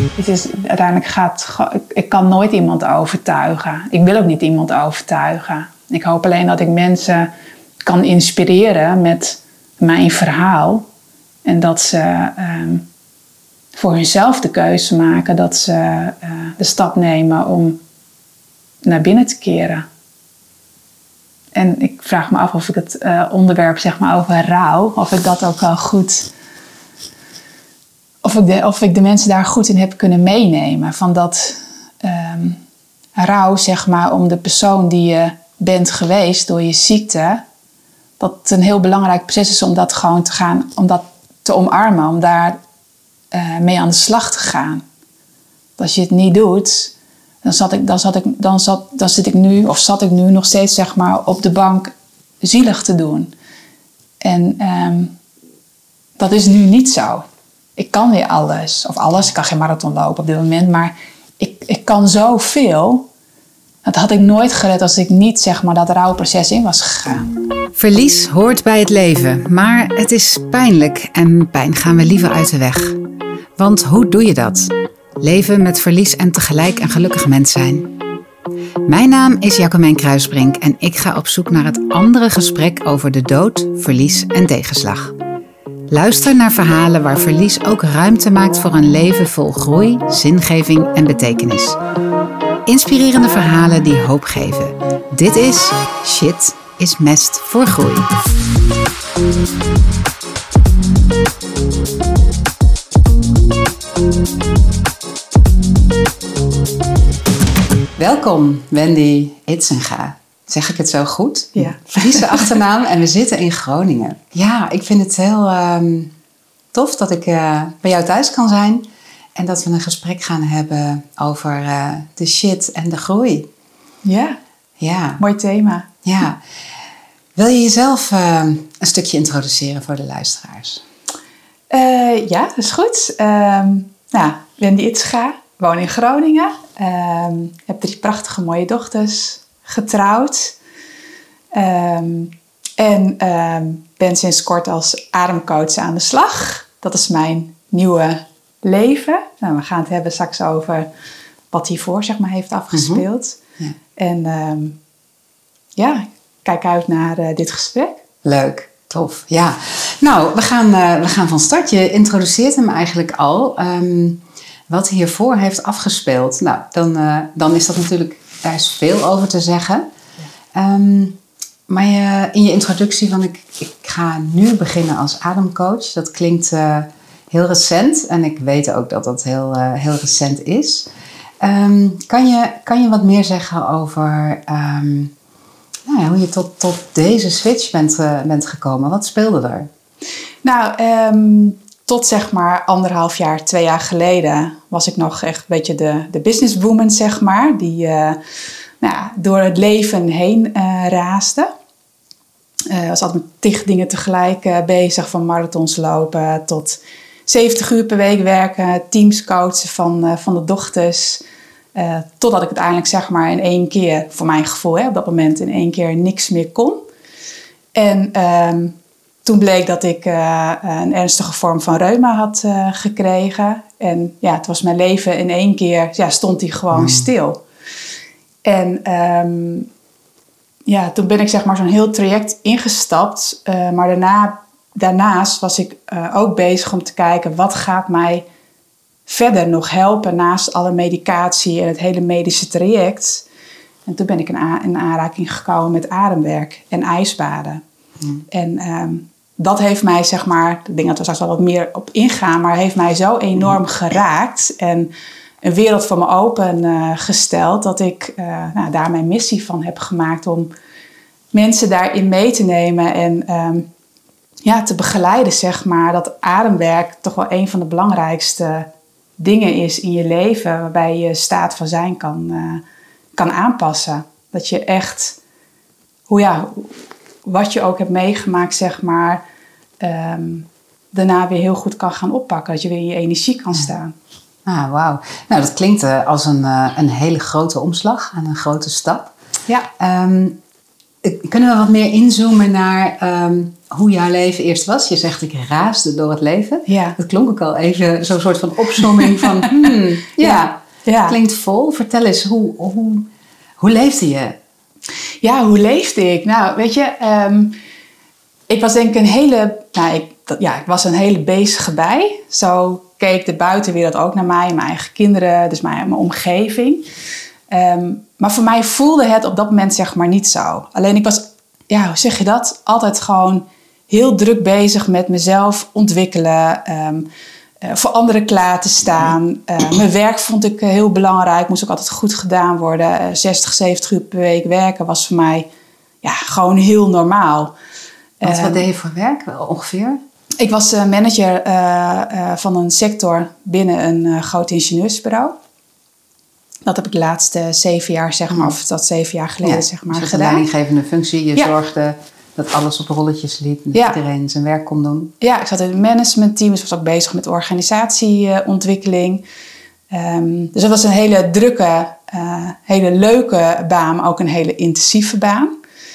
Het is, uiteindelijk ik kan nooit iemand overtuigen. Ik wil ook niet iemand overtuigen. Ik hoop alleen dat ik mensen kan inspireren met mijn verhaal. En dat ze voor hunzelf de keuze maken. Dat ze de stap nemen om naar binnen te keren. En ik vraag me af of ik het onderwerp zeg maar over rouw, of ik dat ook wel goed... Of ik de mensen daar goed in heb kunnen meenemen. Van dat rouw, zeg maar, om de persoon die je bent geweest door je ziekte. Dat het een heel belangrijk proces is om dat gewoon te gaan, om dat te omarmen. Om daar mee aan de slag te gaan. Als je het niet doet, dan zit ik nu nog steeds, zeg maar, op de bank zielig te doen. En dat is nu niet zo. Ik kan weer alles. Ik kan geen marathon lopen op dit moment. Maar ik kan zoveel. Dat had ik nooit gered als ik niet, zeg maar, dat rouwproces in was gegaan. Verlies hoort bij het leven. Maar het is pijnlijk. En pijn gaan we liever uit de weg. Want hoe doe je dat? Leven met verlies en tegelijk een gelukkig mens zijn. Mijn naam is Jacomijn Kruisbrink. En ik ga op zoek naar het andere gesprek over de dood, verlies en tegenslag. Luister naar verhalen waar verlies ook ruimte maakt voor een leven vol groei, zingeving en betekenis. Inspirerende verhalen die hoop geven. Dit is Shit is mest voor groei. Welkom, Wendy Itzenga. Zeg ik het zo goed? Ja. Friese achternaam en we zitten in Groningen. Ja, ik vind het heel tof dat ik bij jou thuis kan zijn. En dat we een gesprek gaan hebben over de shit en de groei. Ja, mooi thema. Ja. Wil je jezelf een stukje introduceren voor de luisteraars? Ja, dat is goed. Wendy Itzenga, woon in Groningen. Heb 3 prachtige mooie dochters. Getrouwd. Ben sinds kort als ademcoach aan de slag. Dat is mijn nieuwe leven. Nou, we gaan het hebben straks over wat hiervoor, zeg maar, heeft afgespeeld. Mm-hmm. Ja. En kijk uit naar dit gesprek. Leuk, tof. Ja. Nou, we gaan van start. Je introduceert hem eigenlijk al. Wat hiervoor heeft afgespeeld. Nou, dan is dat natuurlijk... Daar is veel over te zeggen. Ja. Maar in je introductie van ik ga nu beginnen als ademcoach. Dat klinkt heel recent. En ik weet ook dat dat heel recent is. Kan je wat meer zeggen over hoe je tot deze switch bent gekomen? Wat speelde er? Nou, tot zeg maar 1,5 jaar, 2 jaar geleden was ik nog echt een beetje de businesswoman, zeg maar. Die door het leven heen raasde. Was altijd met 10 dingen tegelijk bezig. Van marathons lopen tot 70 uur per week werken. Teams coachen van de dochters. Totdat ik uiteindelijk, zeg maar, in 1 keer, voor mijn gevoel, op dat moment in 1 keer niks meer kon. En toen bleek dat ik een ernstige vorm van reuma had gekregen. En ja, het was mijn leven in 1 keer, stond die gewoon stil. En toen ben ik, zeg maar, zo'n heel traject ingestapt. Maar daarnaast was ik ook bezig om te kijken, wat gaat mij verder nog helpen naast alle medicatie en het hele medische traject. En toen ben ik in aanraking gekomen met ademwerk en ijsbaden. En dat heeft mij, zeg maar, ik denk dat we straks wel wat meer op ingaan, maar heeft mij zo enorm geraakt en een wereld voor me open gesteld, dat ik daar mijn missie van heb gemaakt om mensen daarin mee te nemen en te begeleiden, zeg maar, dat ademwerk toch wel een van de belangrijkste dingen is in je leven, waarbij je staat van zijn kan aanpassen. Dat je echt, wat je ook hebt meegemaakt, zeg maar, daarna weer heel goed kan gaan oppakken. Dat je weer in je energie kan staan. Ah, wauw. Nou, dat klinkt als een hele grote omslag en een grote stap. Ja. Kunnen we wat meer inzoomen naar hoe jouw leven eerst was? Je zegt, ik raasde door het leven. Ja. Dat klonk ook al even zo'n soort van opzomming van... ja, klinkt vol. Vertel eens, hoe leefde je? Ja, hoe leefde ik? Nou, weet je, ik was denk ik ik was een hele bezige bij. Zo keek de buitenwereld ook naar mij, mijn eigen kinderen, dus mijn omgeving. Maar voor mij voelde het op dat moment zeg maar niet zo. Alleen ik was, hoe zeg je dat? Altijd gewoon heel druk bezig met mezelf ontwikkelen. Voor anderen klaar te staan. Mijn werk vond ik heel belangrijk. Moest ook altijd goed gedaan worden. 60, 70 uur per week werken was voor mij gewoon heel normaal. Wat deed je voor werk ongeveer? Ik was manager van een sector binnen een groot ingenieursbureau. Dat heb ik de laatste 7 jaar, zeg maar, of dat 7 jaar geleden, zeg maar, dus gedaan. Een leidinggevende functie. Je zorgde dat alles op rolletjes liep. Dat iedereen zijn werk kon doen. Ja, ik zat in het managementteam. Dus was ook bezig met organisatieontwikkeling. Dus dat was een hele drukke, hele leuke baan. Maar ook een hele intensieve baan.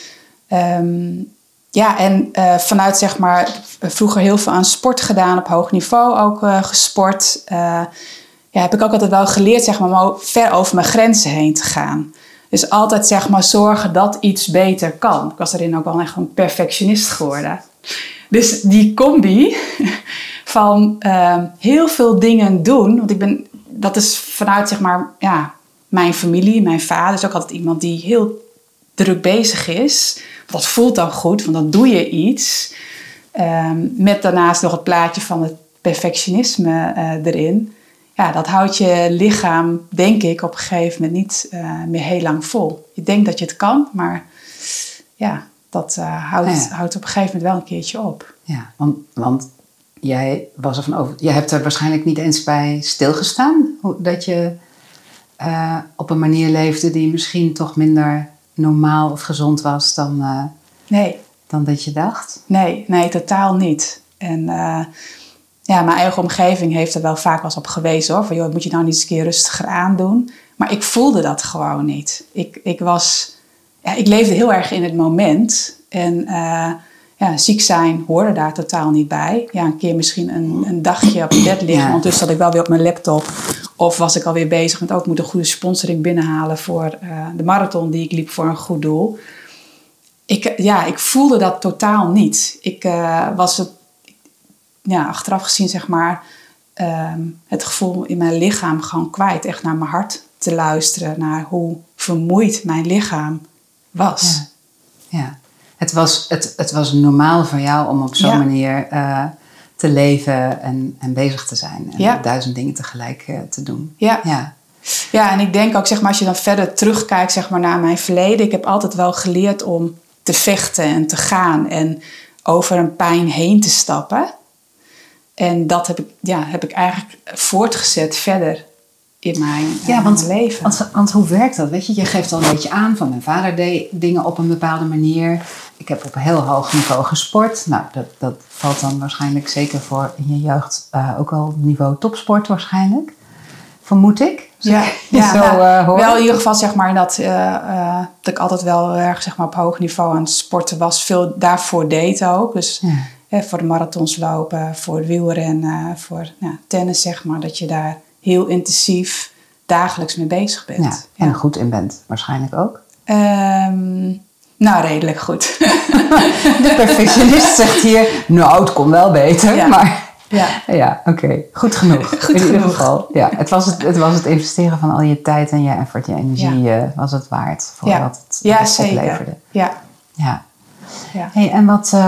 Vanuit, zeg maar, vroeger heel veel aan sport gedaan. Op hoog niveau ook gesport. Heb ik ook altijd wel geleerd, zeg maar, om ver over mijn grenzen heen te gaan. Dus altijd, zeg maar, zorgen dat iets beter kan. Ik was daarin ook wel echt een perfectionist geworden. Dus die combi van heel veel dingen doen. Want dat is vanuit, zeg maar, mijn familie, mijn vader is ook altijd iemand die heel druk bezig is. Dat voelt dan goed, want dan doe je iets. Met daarnaast nog het plaatje van het perfectionisme erin. Ja, dat houdt je lichaam, denk ik, op een gegeven moment niet meer heel lang vol. Je denkt dat je het kan, maar dat houdt op een gegeven moment wel een keertje op. Ja, want jij was ervan over. Jij hebt er waarschijnlijk niet eens bij stilgestaan. Dat je op een manier leefde die misschien toch minder normaal of gezond was dan dat je dacht. Nee, totaal niet. En mijn eigen omgeving heeft er wel vaak wel eens op gewezen, hoor. Van, joh, moet je nou niet eens een keer rustiger aandoen? Maar ik voelde dat gewoon niet. Ik leefde heel erg in het moment. En ziek zijn hoorde daar totaal niet bij. Ja, een keer misschien een dagje op het bed liggen. Ondertussen zat ik wel weer op mijn laptop. Of was ik alweer bezig met ook moet een goede sponsoring binnenhalen voor de marathon die ik liep voor een goed doel. Ik voelde dat totaal niet. Ik was het, achteraf gezien, zeg maar, het gevoel in mijn lichaam gewoon kwijt. Echt naar mijn hart te luisteren. Naar hoe vermoeid mijn lichaam was. Ja. Het was normaal voor jou om op zo'n manier te leven en bezig te zijn. En 1000 dingen tegelijk te doen. Ja, en ik denk ook, zeg maar, als je dan verder terugkijkt, zeg maar, naar mijn verleden. Ik heb altijd wel geleerd om te vechten en te gaan. En over een pijn heen te stappen. En dat heb ik eigenlijk voortgezet verder in mijn leven. Want hoe werkt dat? Weet je, je geeft al een beetje aan van mijn vader deed dingen op een bepaalde manier. Ik heb op een heel hoog niveau gesport. Nou, dat valt dan waarschijnlijk zeker voor in je jeugd ook al niveau topsport waarschijnlijk. Vermoed ik. Wel in ieder geval, zeg maar, dat ik altijd wel erg, zeg maar, op hoog niveau aan het sporten was. Veel daarvoor deed ook. Dus voor de marathons lopen, voor het wielrennen, voor tennis, zeg maar. Dat je daar heel intensief dagelijks mee bezig bent. En er goed in bent, waarschijnlijk ook. Redelijk goed. De perfectionist zegt hier, nou, het kon wel beter, maar... Oké. Goed genoeg. In ieder geval. Ja, het was het investeren van al je tijd en je effort, je energie was het waard voor wat het opleverde. Ja. Hey, en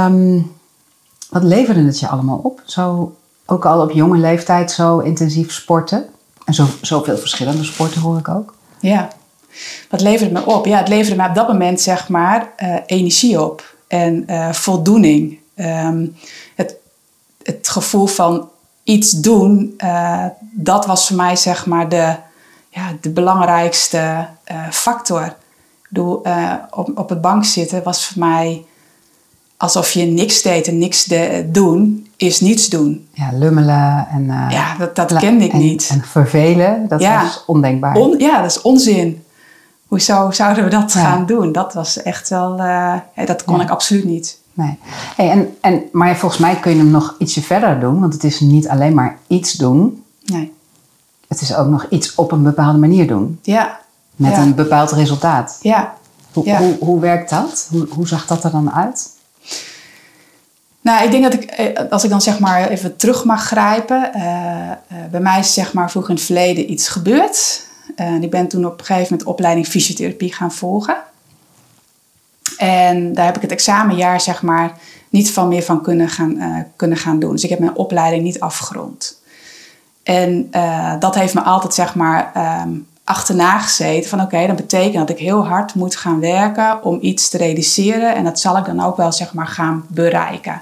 wat leverde het je allemaal op? Zo, ook al op jonge leeftijd zo intensief sporten. En zoveel verschillende sporten hoor ik ook. Ja. Wat leverde het me op? Ja, het leverde me op dat moment, zeg maar, energie op. En voldoening. Het gevoel van iets doen, dat was voor mij, zeg maar, de belangrijkste factor. Ik bedoel, op het bank zitten was voor mij alsof je niks deed en niks doen is niets doen. Ja, lummelen en... dat kende ik niet. En vervelen, dat was ondenkbaar. Dat is onzin. hoezo zouden we dat gaan doen? Dat was echt wel, dat kon ik absoluut niet. Nee. Hey, maar volgens mij kun je hem nog ietsje verder doen, want het is niet alleen maar iets doen. Nee. Het is ook nog iets op een bepaalde manier doen. Ja. Met een bepaald resultaat. Ja. Hoe werkt dat? Hoe zag dat er dan uit? Nou, ik denk dat als ik dan zeg maar even terug mag grijpen. Bij mij is zeg maar vroeger in het verleden iets gebeurd. Ik ben toen op een gegeven moment opleiding fysiotherapie gaan volgen. En daar heb ik het examenjaar zeg maar niet meer van kunnen gaan doen. Dus ik heb mijn opleiding niet afgerond. En dat heeft me altijd zeg maar achterna gezeten van oké, dat betekent dat ik heel hard moet gaan werken om iets te realiseren. En dat zal ik dan ook wel zeg maar gaan bereiken.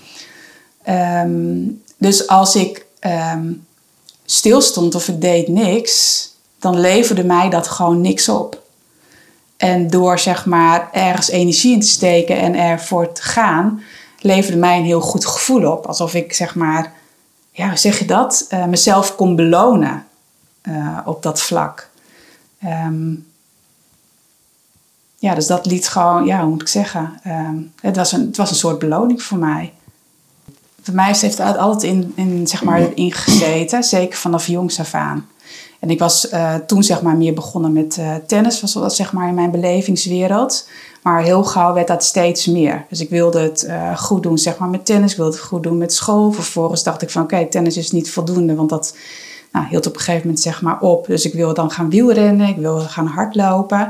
Dus als ik stilstond of ik deed niks, dan leverde mij dat gewoon niks op. En door zeg maar ergens energie in te steken en ervoor te gaan, leverde mij een heel goed gevoel op. Alsof ik zeg maar, ja, hoe zeg je dat? Mezelf kon belonen op dat vlak. Dus dat liet gewoon, ja, hoe moet ik zeggen? Het was een soort beloning voor mij. Voor mij heeft het altijd zeg maar, ingezeten, zeker vanaf jongs af aan. En ik was toen zeg maar meer begonnen met tennis, was dat zeg maar in mijn belevingswereld. Maar heel gauw werd dat steeds meer. Dus ik wilde het goed doen zeg maar met tennis, ik wilde het goed doen met school. Vervolgens dacht ik van oké, tennis is niet voldoende, want dat hield op een gegeven moment zeg maar op. Dus ik wilde dan gaan wielrennen, ik wilde gaan hardlopen.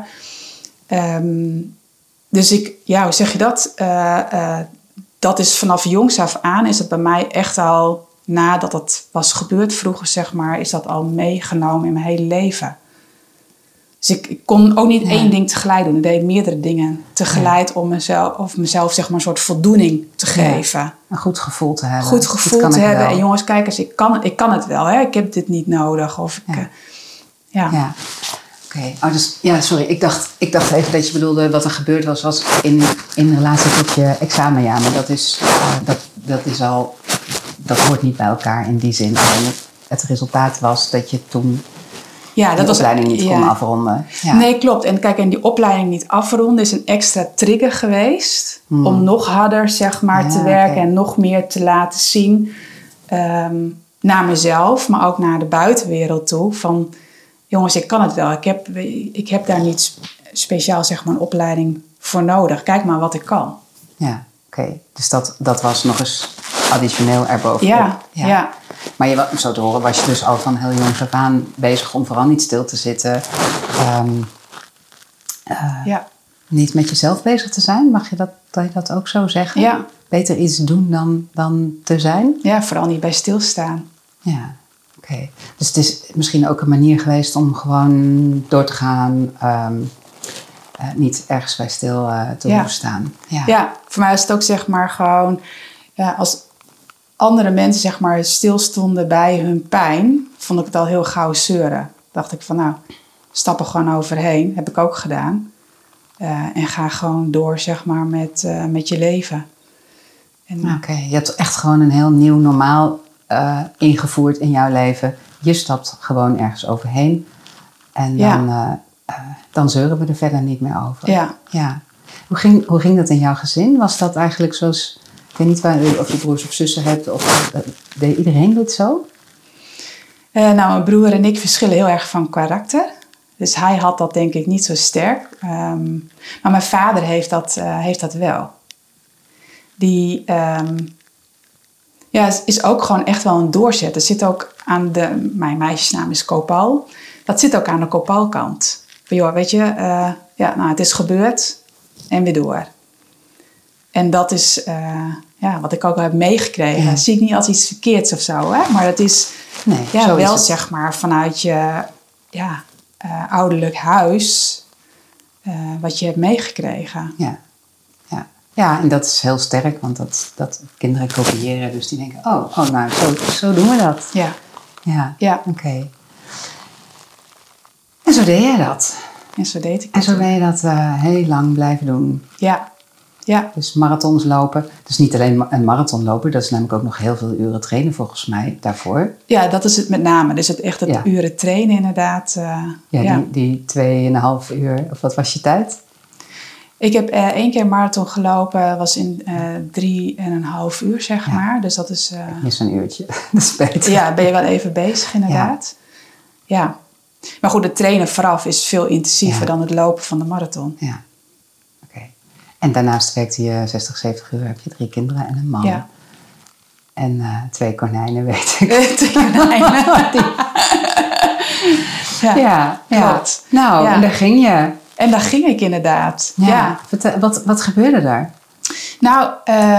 Dus hoe zeg je dat? Dat is vanaf jongs af aan, is het bij mij echt al, nadat het was gebeurd vroeger, zeg maar, is dat al meegenomen in mijn hele leven. Dus ik kon ook niet één ding tegelijk doen. Ik deed meerdere dingen tegelijk om mezelf zeg maar een soort voldoening te geven. Ja, een goed gevoel te hebben. Goed gevoel te hebben. En jongens, kijk eens, ik kan het wel. Hè? Ik heb dit niet nodig. Of Ja. Oké. Oh, dus, ja, sorry. Ik dacht even dat je bedoelde wat er gebeurd was in relatie tot je examenjaar. Maar dat is al, dat hoort niet bij elkaar in die zin. Alleen het resultaat was dat je toen de opleiding niet kon afronden. Ja. Nee, klopt. En kijk, en die opleiding niet afronden is een extra trigger geweest. Om nog harder zeg maar te werken en nog meer te laten zien naar mezelf, maar ook naar de buitenwereld toe. Van jongens, ik kan het wel. Ik heb daar niet speciaal zeg maar een opleiding voor nodig. Kijk maar wat ik kan. Ja, oké. Dus dat was nog eens additioneel erbovenop. Ja. Maar zo te horen was je dus al van heel jongs af aan bezig om vooral niet stil te zitten. Niet met jezelf bezig te zijn. Mag je dat ook zo zeggen? Ja. Beter iets doen dan te zijn? Ja, vooral niet bij stilstaan. Ja, oké. Dus het is misschien ook een manier geweest om gewoon door te gaan. Niet ergens bij stil te hoeven staan. Ja, voor mij is het ook zeg maar gewoon, als andere mensen zeg maar stilstonden bij hun pijn, vond ik het al heel gauw zeuren. Dacht ik van stap er gewoon overheen. Heb ik ook gedaan. En ga gewoon door zeg maar met je leven. Oké, je hebt echt gewoon een heel nieuw normaal ingevoerd in jouw leven. Je stapt gewoon ergens overheen. En dan zeuren we er verder niet meer over. Ja. Hoe ging dat in jouw gezin? Was dat eigenlijk zoals, ik weet niet of je broers of zussen hebt, of deed iedereen dit zo? Mijn broer en ik verschillen heel erg van karakter. Dus hij had dat denk ik niet zo sterk. Maar mijn vader heeft dat wel. Die is ook gewoon echt wel een doorzetter. Zit ook aan mijn meisjesnaam is Kopal. Dat zit ook aan de Kopalkant. Joh, weet je, het is gebeurd en weer door. En dat is wat ik ook wel heb meegekregen. Dat zie ik niet als iets verkeerds of zo. Hè? Maar dat is wel zeg maar vanuit je ouderlijk huis wat je hebt meegekregen. Ja, en dat is heel sterk, want dat kinderen kopiëren. Dus die denken, nou, zo doen we dat. Ja. Oké. En zo deed jij dat. En zo deed ik dat. En zo ben je dat heel lang blijven doen. Ja. Ja. Dus marathons lopen. Dus niet alleen een marathon lopen. Dat is namelijk ook nog heel veel uren trainen volgens mij daarvoor. Ja, dat is het met name. Dus het uren trainen inderdaad. Die 2,5 uur. Of wat was je tijd? Ik heb 1 keer een marathon gelopen. Was in 3,5 uur, zeg maar. Dus dat is... Niet zo'n uurtje. Dat is beter. Ja, ben je wel even bezig inderdaad. Ja. Maar goed, het trainen vooraf is veel intensiever dan het lopen van de marathon. Ja. Oké. En daarnaast werkte je 60, 70 uur. Heb je 3 kinderen en een man. Ja. En 2 konijnen, weet ik. 2 konijnen. Ja. Klopt. Nou, en daar ging je. En daar ging ik inderdaad. Ja. Wat gebeurde daar? Nou,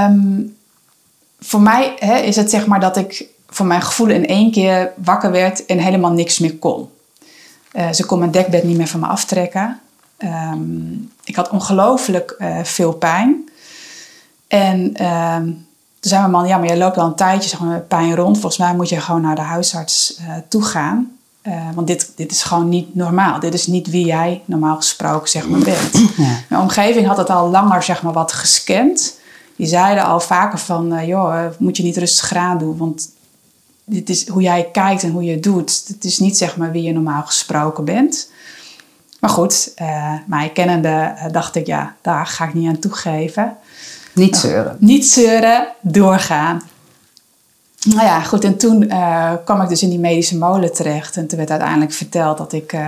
voor mij is het zeg maar dat ik voor mijn gevoel in 1 keer wakker werd en helemaal niks meer kon. Ze kon mijn dekbed niet meer van me aftrekken. Ik had ongelooflijk veel pijn. En toen zei mijn man, ja, maar je loopt al een tijdje zeg maar, met pijn rond. Volgens mij moet je gewoon naar de huisarts toe gaan. Want dit is gewoon niet normaal. Dit is niet wie jij normaal gesproken zeg maar, bent. Ja. Mijn omgeving had het al langer zeg maar, wat gescand. Die zeiden al vaker van, joh, moet je niet rustig aan doen. Want dit is hoe jij kijkt en hoe je het doet. Het is niet zeg maar, wie je normaal gesproken bent. Maar goed, mij kennende dacht ik, ja, daar ga ik niet aan toegeven. Niet zeuren. Niet zeuren, doorgaan. Nou ja, goed. En toen kwam ik dus in die medische molen terecht. En toen werd uiteindelijk verteld dat ik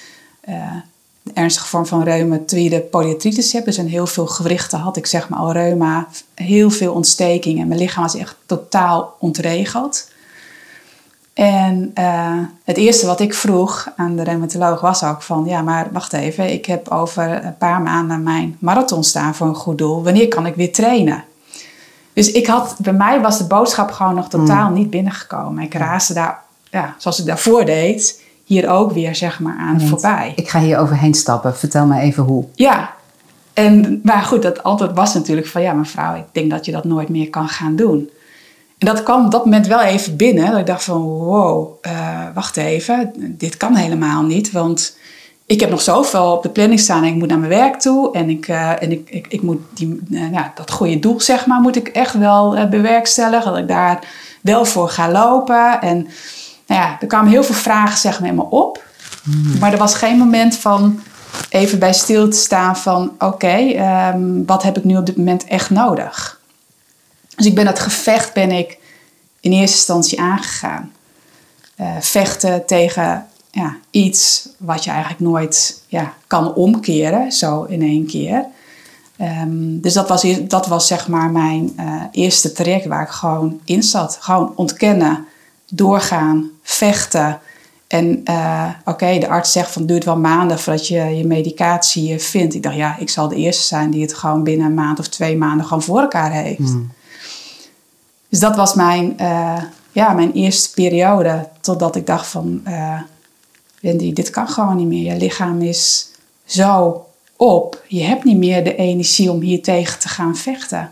een ernstige vorm van reumatoïde polyartritis heb. Dus in heel veel gewrichten had ik zeg maar al reuma. Heel veel ontstekingen. Mijn lichaam was echt totaal ontregeld. En het eerste wat ik vroeg aan de reumatoloog was ook van... ja, maar wacht even, ik heb over een paar maanden mijn marathon staan voor een goed doel. Wanneer kan ik weer trainen? Dus bij mij was de boodschap gewoon nog totaal niet binnengekomen. Ik raasde daar, ja, zoals ik daarvoor deed, hier ook weer zeg maar aan voorbij. Ik ga hier overheen stappen. Vertel me even hoe. Ja, maar goed, dat antwoord was natuurlijk van... ja, mevrouw, ik denk dat je dat nooit meer kan gaan doen. En dat kwam op dat moment wel even binnen. Dat ik dacht van, wow, wacht even. Dit kan helemaal niet. Want ik heb nog zoveel op de planning staan. En ik moet naar mijn werk toe. En ik moet dat goede doel, zeg maar, moet ik echt wel bewerkstelligen. Dat ik daar wel voor ga lopen. En nou ja, er kwamen heel veel vragen, zeg maar, in me op. Maar er was geen moment van even bij stil te staan van... oké, wat heb ik nu op dit moment echt nodig? Dus dat gevecht ben ik in eerste instantie aangegaan. Vechten tegen iets wat je eigenlijk nooit kan omkeren, zo in 1 keer. Dus dat was zeg maar mijn eerste traject waar ik gewoon in zat. Gewoon ontkennen, doorgaan, vechten. En de arts zegt van het duurt wel maanden voordat je je medicatie vindt. Ik dacht, ja, ik zal de eerste zijn die het gewoon binnen een maand of 2 maanden gewoon voor elkaar heeft. Dus dat was mijn eerste periode. Totdat ik dacht van... Wendy, dit kan gewoon niet meer. Je lichaam is zo op. Je hebt niet meer de energie om hier tegen te gaan vechten.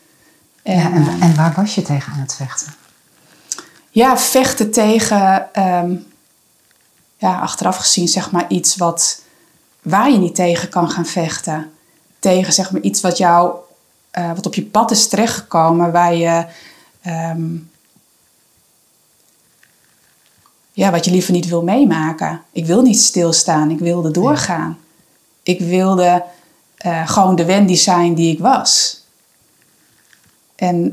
En waar was je tegen aan het vechten? Ja, vechten tegen... achteraf gezien zeg maar iets waar je niet tegen kan gaan vechten. Tegen zeg maar iets wat wat op je pad is terechtgekomen, waar je... wat je liever niet wil meemaken. Ik wil niet stilstaan, ik wilde doorgaan. Ik wilde gewoon de Wendy zijn die ik was. En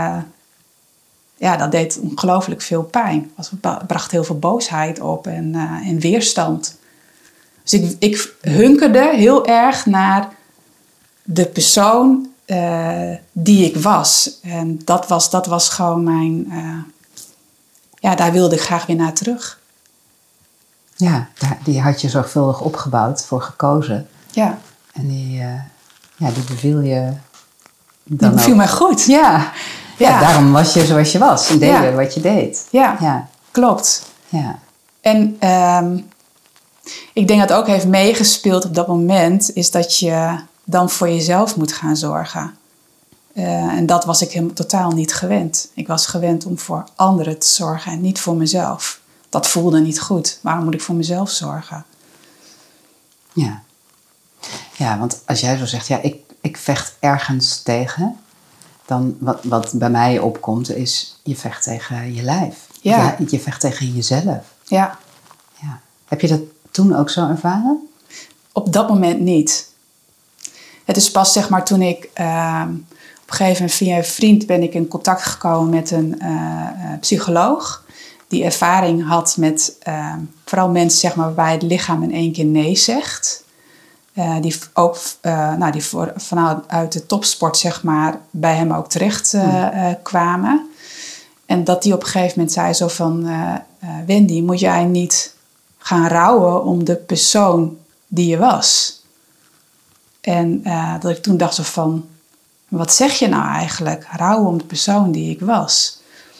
dat deed ongelooflijk veel pijn. Het bracht heel veel boosheid op en weerstand. Dus ik hunkerde heel erg naar de persoon die ik was. En dat was gewoon mijn... daar wilde ik graag weer naar terug. Ja, die had je zorgvuldig opgebouwd, voor gekozen. Ja. En die beviel je dan die beviel mij goed. Ja, daarom was je zoals je was. En deed je wat je deed. Ja, klopt. Ja. En ik denk dat ook heeft meegespeeld op dat moment... is dat je dan voor jezelf moet gaan zorgen. En dat was ik helemaal totaal niet gewend. Ik was gewend om voor anderen te zorgen en niet voor mezelf. Dat voelde niet goed. Waarom moet ik voor mezelf zorgen? Ja, want als jij zo zegt... ik vecht ergens tegen. Dan wat bij mij opkomt is, je vecht tegen je lijf. Ja. Je vecht tegen jezelf. Ja. Ja. Heb je dat toen ook zo ervaren? Op dat moment niet. Het is pas zeg maar toen ik op een gegeven moment via een vriend ben ik in contact gekomen met een psycholoog. Die ervaring had met vooral mensen zeg maar, waarbij het lichaam in één keer nee zegt. Die ook vanuit de topsport zeg maar, bij hem ook terecht kwamen. En dat die op een gegeven moment zei zo van... Wendy, moet jij niet gaan rouwen om de persoon die je was? En dat ik toen dacht zo van... Wat zeg je nou eigenlijk? Rouwen om de persoon die ik was.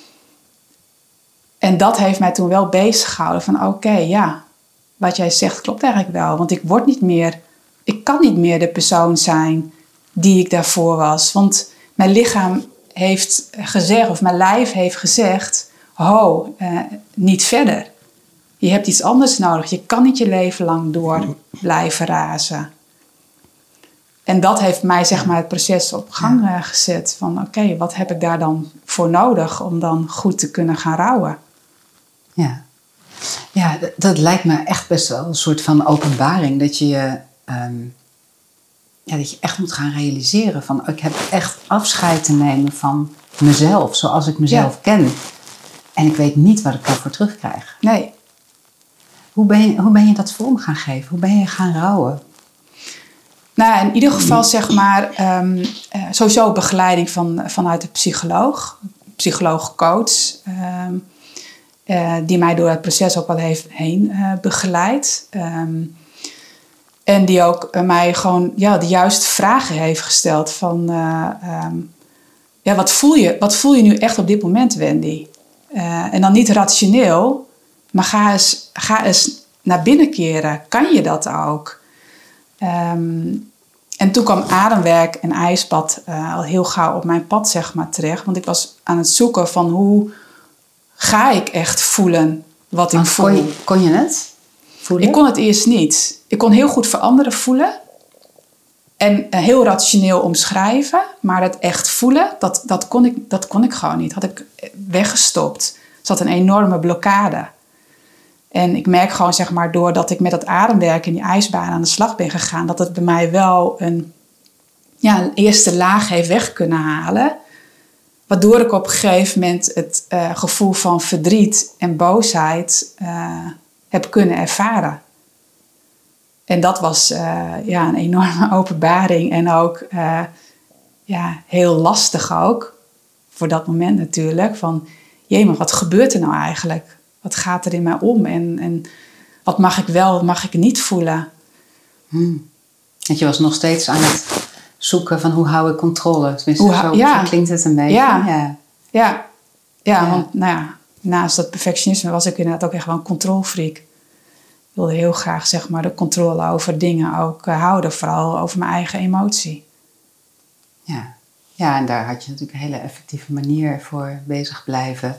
En dat heeft mij toen wel bezig gehouden van... Oké, ja, wat jij zegt klopt eigenlijk wel. Want ik kan niet meer de persoon zijn die ik daarvoor was. Want mijn lichaam heeft gezegd, of mijn lijf heeft gezegd... niet verder. Je hebt iets anders nodig. Je kan niet je leven lang door blijven razen. En dat heeft mij zeg maar, het proces op gang gezet. Van oké, wat heb ik daar dan voor nodig om dan goed te kunnen gaan rouwen? Ja, dat lijkt me echt best wel een soort van openbaring. Dat je echt moet gaan realiseren van... Ik heb echt afscheid te nemen van mezelf, zoals ik mezelf ken. En ik weet niet wat ik ervoor terugkrijg. Nee. Hoe ben je dat vorm gaan geven? Hoe ben je gaan rouwen? Nou, in ieder geval zeg maar... sowieso begeleiding vanuit de psycholoog. Psycholoog-coach... die mij door het proces ook wel heeft heen begeleid. En die ook mij gewoon de juiste vragen heeft gesteld. Van, wat voel je nu echt op dit moment, Wendy? En dan niet rationeel, maar ga eens naar binnen keren. Kan je dat ook? En toen kwam ademwerk en ijsbad al heel gauw op mijn pad zeg maar, terecht. Want ik was aan het zoeken van hoe... ga ik echt voelen wat ik voel. Kon je het voelen? Ik kon het eerst niet. Ik kon heel goed voor anderen voelen. En heel rationeel omschrijven. Maar het echt voelen, dat kon ik gewoon niet. Had ik weggestopt. Er zat een enorme blokkade. En ik merk gewoon, zeg maar, doordat ik met dat ademwerk in die ijsbaan aan de slag ben gegaan... dat het bij mij wel een eerste laag heeft weg kunnen halen... Waardoor ik op een gegeven moment het gevoel van verdriet en boosheid heb kunnen ervaren. En dat was een enorme openbaring en ook heel lastig ook. Voor dat moment natuurlijk. Van, maar wat gebeurt er nou eigenlijk? Wat gaat er in mij om? En wat mag ik wel, wat mag ik niet voelen? Want je was nog steeds aan het... zoeken van hoe hou ik controle. Tenminste, zo klinkt het een beetje. Ja, want naast dat perfectionisme was ik inderdaad ook echt wel een controlfreak. Ik wilde heel graag zeg maar, de controle over dingen ook houden. Vooral over mijn eigen emotie. Ja, en daar had je natuurlijk een hele effectieve manier voor bezig blijven.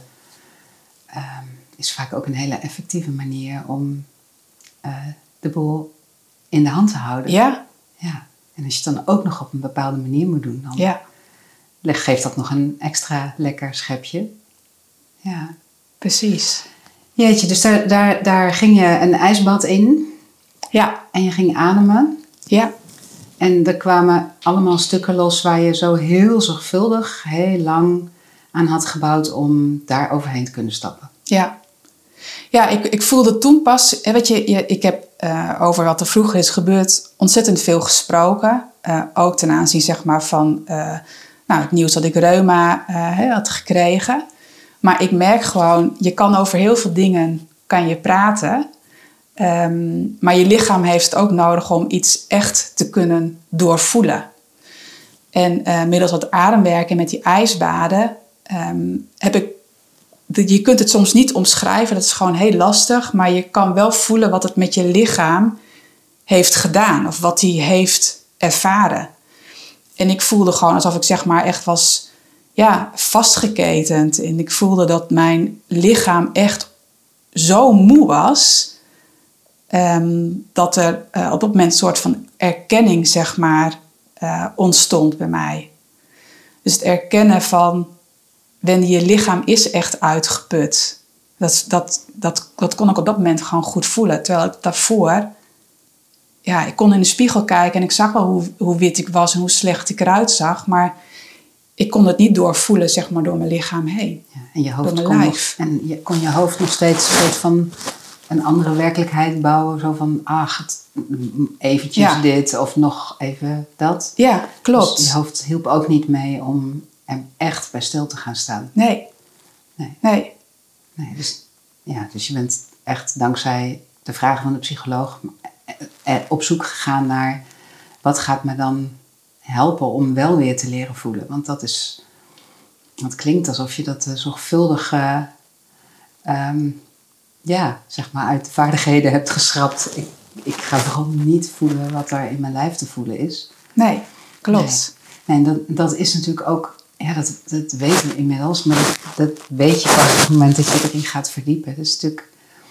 Is vaak ook een hele effectieve manier om de boel in de hand te houden. Ja. En als je het dan ook nog op een bepaalde manier moet doen, dan geeft dat nog een extra lekker schepje. Ja. Precies. Jeetje, dus daar ging je een ijsbad in. Ja. En je ging ademen. Ja. En er kwamen allemaal stukken los waar je zo heel zorgvuldig, heel lang aan had gebouwd om daar overheen te kunnen stappen. Ja. Ja, ik voelde toen pas... Weet je, ik heb over wat er vroeger is gebeurd ontzettend veel gesproken. Ook ten aanzien zeg maar, van het nieuws dat ik reuma had gekregen. Maar ik merk gewoon, je kan over heel veel dingen kan je praten. Maar je lichaam heeft het ook nodig om iets echt te kunnen doorvoelen. En middels dat ademwerken met die ijsbaden heb ik... Je kunt het soms niet omschrijven, dat is gewoon heel lastig. Maar je kan wel voelen wat het met je lichaam heeft gedaan. Of wat hij heeft ervaren. En ik voelde gewoon alsof ik zeg maar echt was vastgeketend. En ik voelde dat mijn lichaam echt zo moe was. Dat er op dat moment een soort van erkenning zeg maar ontstond bij mij. Dus het erkennen van, Wendy, je lichaam is echt uitgeput. Dat kon ik op dat moment gewoon goed voelen. Terwijl ik daarvoor, ik kon in de spiegel kijken en ik zag wel hoe wit ik was en hoe slecht ik eruit zag. Maar ik kon het niet doorvoelen, zeg maar, door mijn lichaam heen. Ja, en je hoofd door mijn lijf. Je kon je hoofd nog steeds een soort van een andere werkelijkheid bouwen. Zo van, eventjes dit of nog even dat. Ja, klopt. Dus je hoofd hielp ook niet mee om er echt bij stil te gaan staan. Nee. Dus je bent echt dankzij de vragen van de psycholoog op zoek gegaan naar wat gaat me dan helpen om wel weer te leren voelen. Want het klinkt alsof je dat zorgvuldig zeg maar uit de vaardigheden hebt geschrapt. Ik ga vooral niet voelen wat er in mijn lijf te voelen is. Nee, klopt. Nee, en dat is natuurlijk ook, dat weten we inmiddels, maar dat weet je pas op het moment dat je erin gaat verdiepen. Dat is natuurlijk,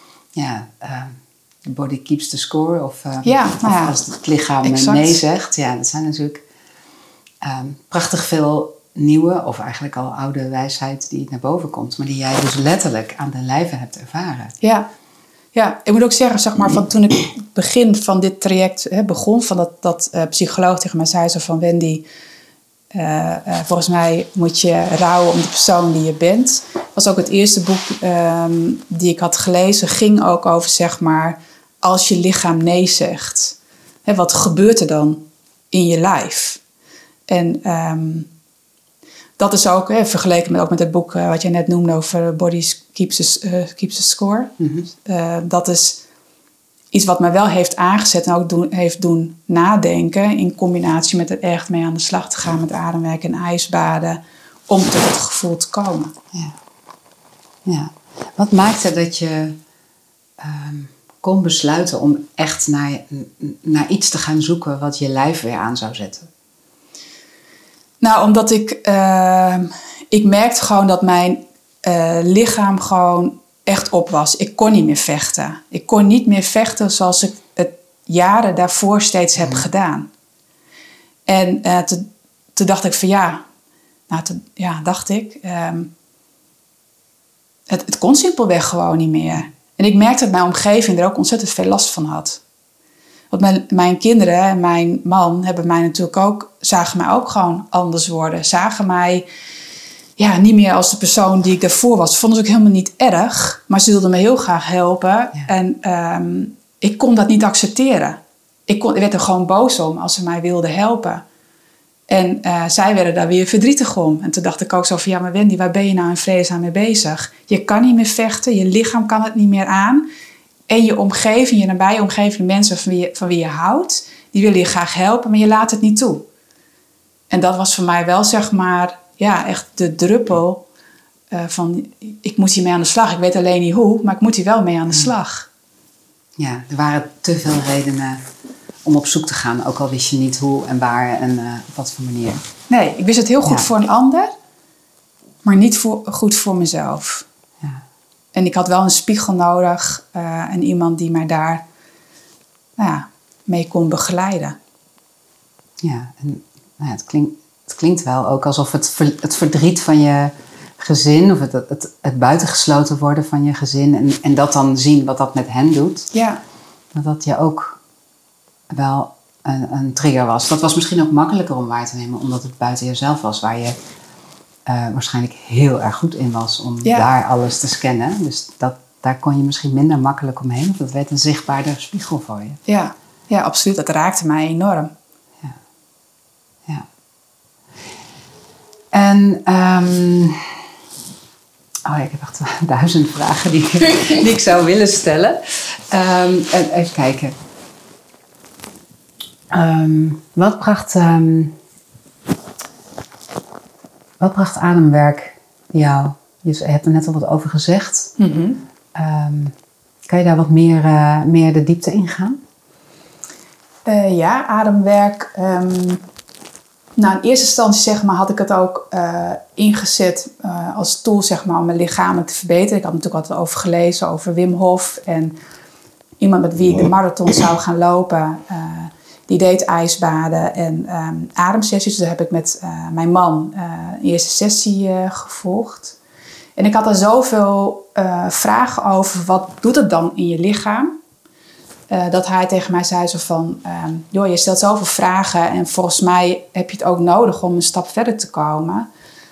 the body keeps the score. Of als het lichaam nee zegt. Ja, dat zijn natuurlijk prachtig veel nieuwe, of eigenlijk al oude wijsheid die naar boven komt. Maar die jij dus letterlijk aan de lijve hebt ervaren. Ja, ik moet ook zeggen, zeg maar, van toen ik het begin van dit traject begon, van dat psycholoog tegen mij zei zo van, Wendy, volgens mij moet je rouwen om de persoon die je bent. Was ook het eerste boek die ik had gelezen, ging ook over, zeg maar, als je lichaam nee zegt. Wat gebeurt er dan in je lijf? En dat is ook, vergeleken met het boek wat je net noemde over Body Keeps the Score. Mm-hmm. Dat is iets wat me wel heeft aangezet en ook heeft doen nadenken. In combinatie met er echt mee aan de slag te gaan met ademwerk en ijsbaden. Om tot het gevoel te komen. Ja. Wat maakte dat je kon besluiten om echt naar iets te gaan zoeken wat je lijf weer aan zou zetten? Nou, omdat ik merkte gewoon dat mijn lichaam gewoon echt op was. Ik kon niet meer vechten. Ik kon niet meer vechten zoals ik het jaren daarvoor steeds heb gedaan. En toen dacht ik van het kon simpelweg gewoon niet meer. En ik merkte dat mijn omgeving er ook ontzettend veel last van had. Want mijn kinderen en mijn man hebben mij natuurlijk ook, zagen mij ook gewoon anders worden. Zagen mij niet meer als de persoon die ik daarvoor was. Vonden ze ook helemaal niet erg. Maar ze wilden me heel graag helpen. Ja. En ik kon dat niet accepteren. Ik werd er gewoon boos om als ze mij wilden helpen. En zij werden daar weer verdrietig om. En toen dacht ik ook zo van, maar Wendy, waar ben je nou in vredesnaam mee bezig? Je kan niet meer vechten. Je lichaam kan het niet meer aan. En je omgeving, je nabije omgeving, de mensen van wie je houdt, die willen je graag helpen, maar je laat het niet toe. En dat was voor mij wel, zeg maar, echt de druppel van, ik moet hiermee aan de slag. Ik weet alleen niet hoe, maar ik moet hier wel mee aan de slag. Ja, er waren te veel redenen om op zoek te gaan, ook al wist je niet hoe en waar en op wat voor manier. Nee, ik wist het heel goed voor een ander, maar niet goed voor mezelf. Ja. En ik had wel een spiegel nodig en iemand die mij daar mee kon begeleiden. Ja, en het klinkt wel ook alsof het verdriet van je gezin, of het buitengesloten worden van je gezin en dat dan zien wat dat met hen doet, dat je ook wel een trigger was. Dat was misschien ook makkelijker om waar te nemen, omdat het buiten jezelf was, waar je waarschijnlijk heel erg goed in was om daar alles te scannen. Dus daar kon je misschien minder makkelijk omheen. Of dat werd een zichtbaarder spiegel voor je. Ja, absoluut. Dat raakte mij enorm. Ja. En ik heb echt 1000 vragen die ik zou willen stellen. Even kijken. Wat bracht ademwerk jou? Je hebt er net al wat over gezegd. Mm-hmm. Kan je daar wat meer de diepte in gaan? Ademwerk. In eerste instantie, zeg maar, had ik het ook ingezet als tool, zeg maar, om mijn lichamelijk te verbeteren. Ik had natuurlijk altijd over gelezen, over Wim Hof. En iemand met wie ik de marathon zou gaan lopen, Die deed ijsbaden en ademsessies. Dus daar heb ik met mijn man een eerste sessie gevolgd. En ik had er zoveel vragen over. Wat doet het dan in je lichaam? Dat hij tegen mij zei zo van... joh, je stelt zoveel vragen en volgens mij heb je het ook nodig om een stap verder te komen.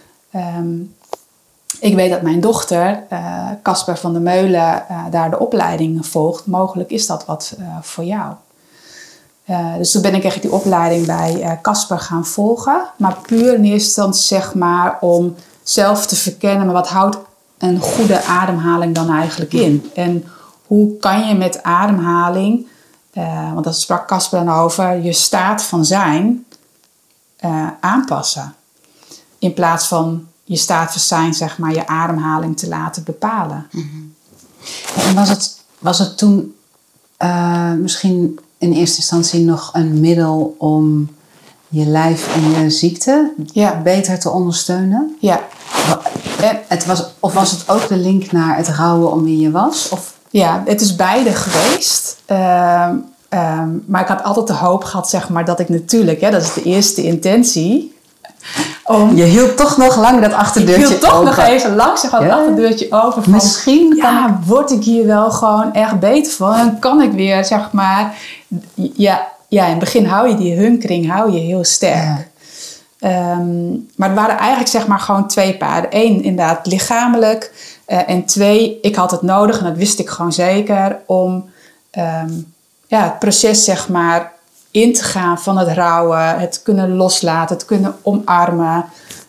Ik weet dat mijn dochter, Casper van der Meulen, daar de opleiding volgt. Mogelijk is dat wat voor jou. Dus toen ben ik echt die opleiding bij Casper gaan volgen. Maar puur in eerste instantie zeg maar om zelf te verkennen... maar wat houdt een goede ademhaling dan eigenlijk in? En hoe kan je met ademhaling, want daar sprak Casper dan over... je staat van zijn aanpassen. In plaats van je staat van zijn, zeg maar, je ademhaling te laten bepalen. Mm-hmm. En was het toen misschien in eerste instantie nog een middel om je lijf en je ziekte beter te ondersteunen? Ja. Of was het ook de link naar het rouwen om wie je was? Of? Ja, het is beide geweest. Maar ik had altijd de hoop gehad, zeg maar, dat ik natuurlijk... dat is de eerste intentie... Je hield toch nog lang dat achterdeurtje open. Ik hield toch nog even lang dat achterdeurtje open. Van, misschien word ik hier wel gewoon echt beter van. En kan ik weer, zeg maar... Ja, in het begin hou je die hunkering heel sterk. Ja. Maar het waren eigenlijk, zeg maar, gewoon 2 paden. 1, inderdaad, lichamelijk. En 2, ik had het nodig, en dat wist ik gewoon zeker... om het proces, zeg maar... in te gaan van het rouwen, het kunnen loslaten, het kunnen omarmen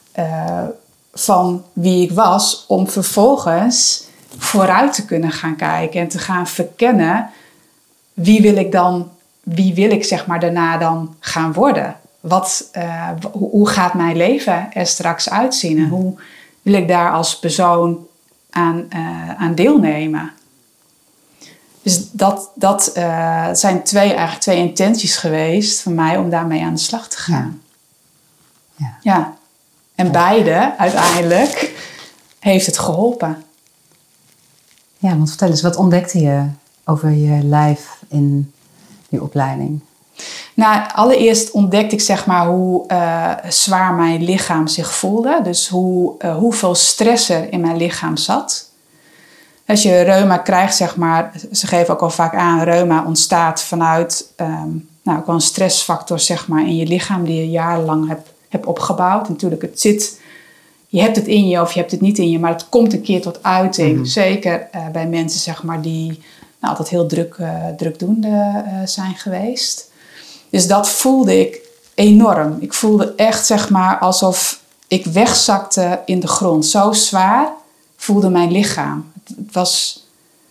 van wie ik was, om vervolgens vooruit te kunnen gaan kijken en te gaan verkennen wie wil ik zeg maar daarna dan gaan worden? Hoe gaat mijn leven er straks uitzien en hoe wil ik daar als persoon aan deelnemen? Dus dat zijn twee intenties geweest van mij om daarmee aan de slag te gaan. Ja. En beide, uiteindelijk, heeft het geholpen. Ja, want vertel eens, wat ontdekte je over je lijf in die opleiding? Nou, allereerst ontdekte ik zeg maar hoe zwaar mijn lichaam zich voelde. Dus hoeveel stress er in mijn lichaam zat. Als je reuma krijgt, zeg maar, ze geven ook al vaak aan, reuma ontstaat vanuit ook wel een stressfactor zeg maar, in je lichaam die je jarenlang hebt opgebouwd. Natuurlijk, je hebt het in je of je hebt het niet in je, maar het komt een keer tot uiting. Mm-hmm. Zeker bij mensen zeg maar, die altijd heel drukdoende zijn geweest. Dus dat voelde ik enorm. Ik voelde echt zeg maar, alsof ik wegzakte in de grond. Zo zwaar voelde mijn lichaam. Het was,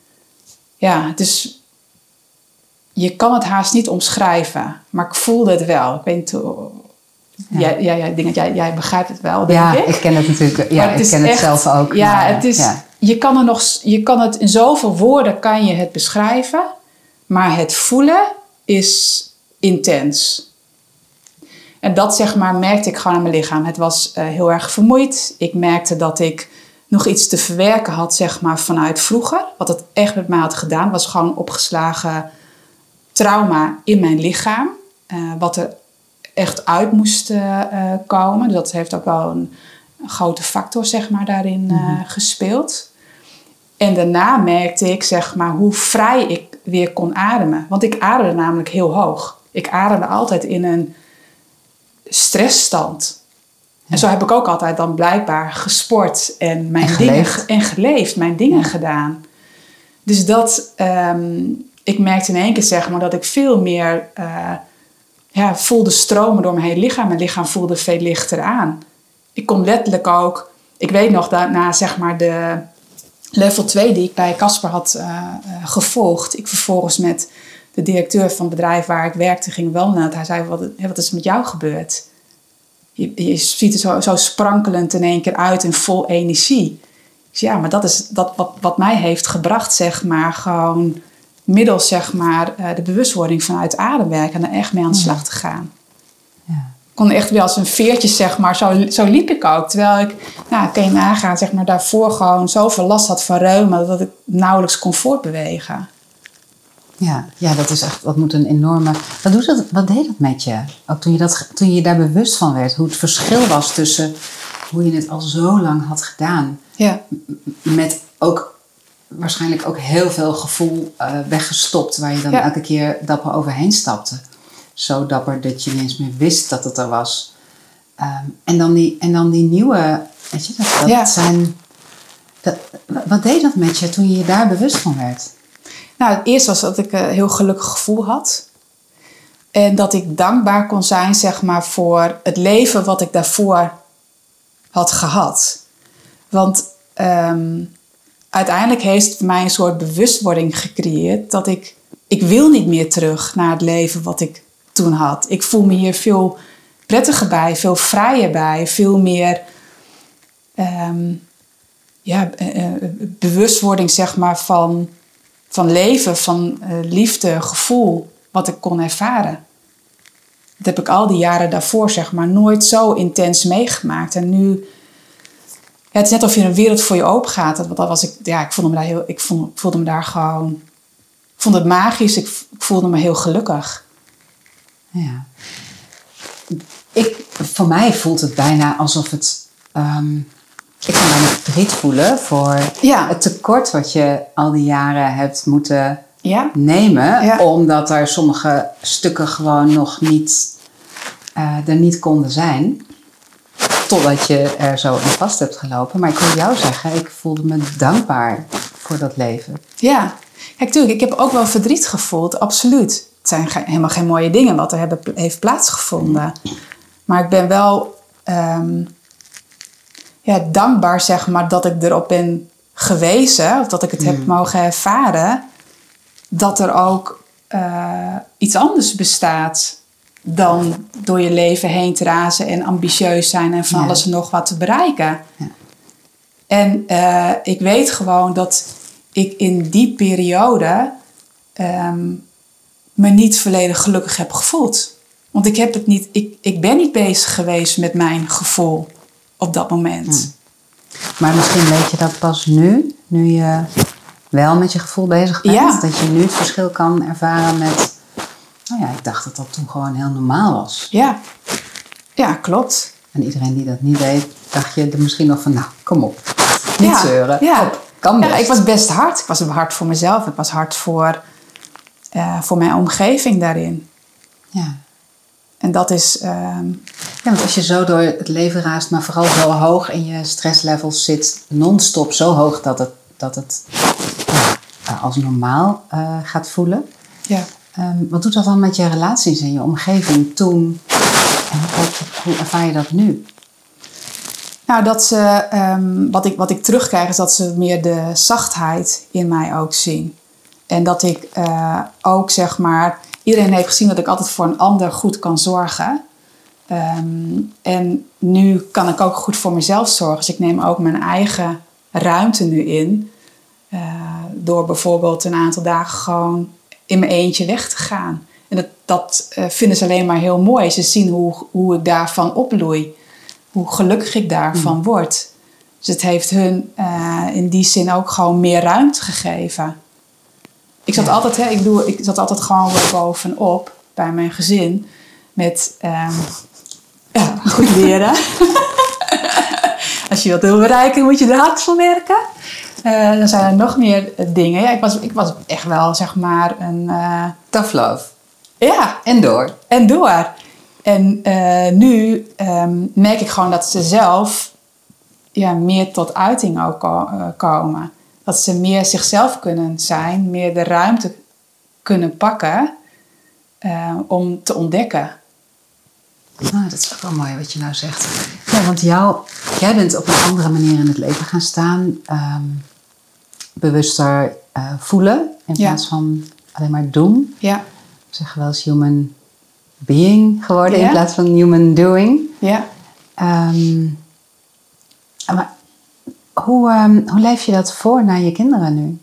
je kan het haast niet omschrijven, maar ik voelde het wel. Ik weet niet, jij begrijpt het wel, denk ik. Ja, ik ken het natuurlijk. Ja, ik ken het zelf ook. Ja, maar, het is. Ja. Je kan het in zoveel woorden kan je het beschrijven, maar het voelen is intens. En dat zeg maar merkte ik gewoon aan mijn lichaam. Het was heel erg vermoeid. Ik merkte dat ik nog iets te verwerken had, zeg maar, vanuit vroeger. Wat het echt met mij had gedaan, was gewoon opgeslagen trauma in mijn lichaam. Wat er echt uit moest komen. Dus dat heeft ook wel een grote factor, zeg maar, daarin gespeeld. En daarna merkte ik, zeg maar, hoe vrij ik weer kon ademen. Want ik ademde namelijk heel hoog. Ik ademde altijd in een stressstand. En zo heb ik ook altijd dan blijkbaar gesport en geleefd, mijn dingen gedaan. Dus ik merkte in één keer zeg maar dat ik veel meer voelde stromen door mijn hele lichaam. Mijn lichaam voelde veel lichter aan. Ik kon letterlijk ook, ik weet nog daarna zeg maar de level 2 die ik bij Casper had gevolgd. Ik vervolgens met de directeur van het bedrijf waar ik werkte ging wandelen. Hij zei, wat is met jou gebeurd? Je ziet er zo sprankelend in één keer uit en vol energie. Dus ja, maar dat is wat mij heeft gebracht, zeg maar, gewoon middels, zeg maar, de bewustwording vanuit ademwerk en er echt mee aan de slag te gaan. Ja. Ik kon echt weer als een veertje, zeg maar, zo liep ik ook. Terwijl ik, kan je nagaan, zeg maar, daarvoor gewoon zoveel last had van reuma dat ik nauwelijks kon voortbewegen. Ja, dat is echt, dat moet een enorme... Wat deed dat met je? Ook toen je daar bewust van werd. Hoe het verschil was tussen hoe je het al zo lang had gedaan. Ja. Met ook waarschijnlijk ook heel veel gevoel weggestopt. Waar je dan elke keer dapper overheen stapte. Zo dapper dat je niet eens meer wist dat het er was. En dan die nieuwe... Weet je, dat zijn... Wat deed dat met je toen je daar bewust van werd? Nou, het eerste was dat ik een heel gelukkig gevoel had. En dat ik dankbaar kon zijn, zeg maar, voor het leven wat ik daarvoor had gehad. Want uiteindelijk heeft het mij een soort bewustwording gecreëerd dat ik wil niet meer terug naar het leven wat ik toen had. Ik voel me hier veel prettiger bij, veel vrijer bij, veel meer bewustwording, zeg maar, van leven, van liefde, gevoel, wat ik kon ervaren. Dat heb ik al die jaren daarvoor, zeg maar, nooit zo intens meegemaakt. En nu, het is net of je een wereld voor je open gaat. Dat was ik voelde me daar voelde me daar gewoon, ik vond het magisch. Ik voelde me heel gelukkig. Ja. Voor mij voelt het bijna alsof het... ik kan bijna verdriet voelen voor het tekort wat je al die jaren hebt moeten nemen. Ja. Omdat er sommige stukken gewoon nog niet er niet konden zijn. Totdat je er zo in vast hebt gelopen. Maar ik wil jou zeggen, ik voelde me dankbaar voor dat leven. Ja, kijk, tuurlijk, ik heb ook wel verdriet gevoeld, absoluut. Het zijn helemaal geen mooie dingen wat er heeft plaatsgevonden. Maar ik ben wel dankbaar, zeg maar, dat ik erop ben gewezen. Of dat ik het heb mogen ervaren. Dat er ook iets anders bestaat dan door je leven heen te razen en ambitieus zijn en van alles en nog wat te bereiken. Ja. En ik weet gewoon dat ik in die periode me niet volledig gelukkig heb gevoeld. Want ik ben niet bezig geweest met mijn gevoel op dat moment. Maar misschien weet je dat pas nu je wel met je gevoel bezig bent. Ja. Dat je nu het verschil kan ervaren met... Nou ja, ik dacht dat dat toen gewoon heel normaal was. Ja, klopt. En iedereen die dat niet deed, dacht je er misschien nog van... Nou, kom op, niet zeuren. Ja. Op, kan best. Ja, ik was best hard. Ik was hard voor mezelf. Ik was hard voor mijn omgeving daarin. Ja. En dat is... Ja, want als je zo door het leven raast, maar vooral zo hoog en je stresslevels zit non-stop zo hoog dat het als normaal gaat voelen. Ja. Wat doet dat dan met je relaties en je omgeving toen? En hoe ervaar je dat nu? Nou, dat ze, wat ik terugkrijg is dat ze meer de zachtheid in mij ook zien. En dat ik ook, zeg maar... Iedereen heeft gezien dat ik altijd voor een ander goed kan zorgen. En nu kan ik ook goed voor mezelf zorgen. Dus ik neem ook mijn eigen ruimte nu in. Door bijvoorbeeld een aantal dagen gewoon in mijn eentje weg te gaan. En dat vinden ze alleen maar heel mooi. Ze zien hoe ik daarvan opbloei. Hoe gelukkig ik daarvan word. Dus het heeft hun in die zin ook gewoon meer ruimte gegeven. Ik zat altijd gewoon weer bovenop bij mijn gezin. Met goed leren. Als je wilt bereiken, moet je er hard voor werken. Dan zijn er nog meer dingen. Ja, ik was echt wel, zeg maar, een... Tough love. Ja. En door. En nu merk ik gewoon dat ze zelf meer tot uiting ook komen. Dat ze meer zichzelf kunnen zijn. Meer de ruimte kunnen pakken. Om te ontdekken. Nou, dat is ook wel mooi wat je nou zegt. Ja, want jij bent op een andere manier in het leven gaan staan. Bewuster voelen. In plaats van alleen maar doen. Ja. We zeggen wel eens human being geworden. In plaats van human doing. Ja. Maar hoe leef je dat voor naar je kinderen nu?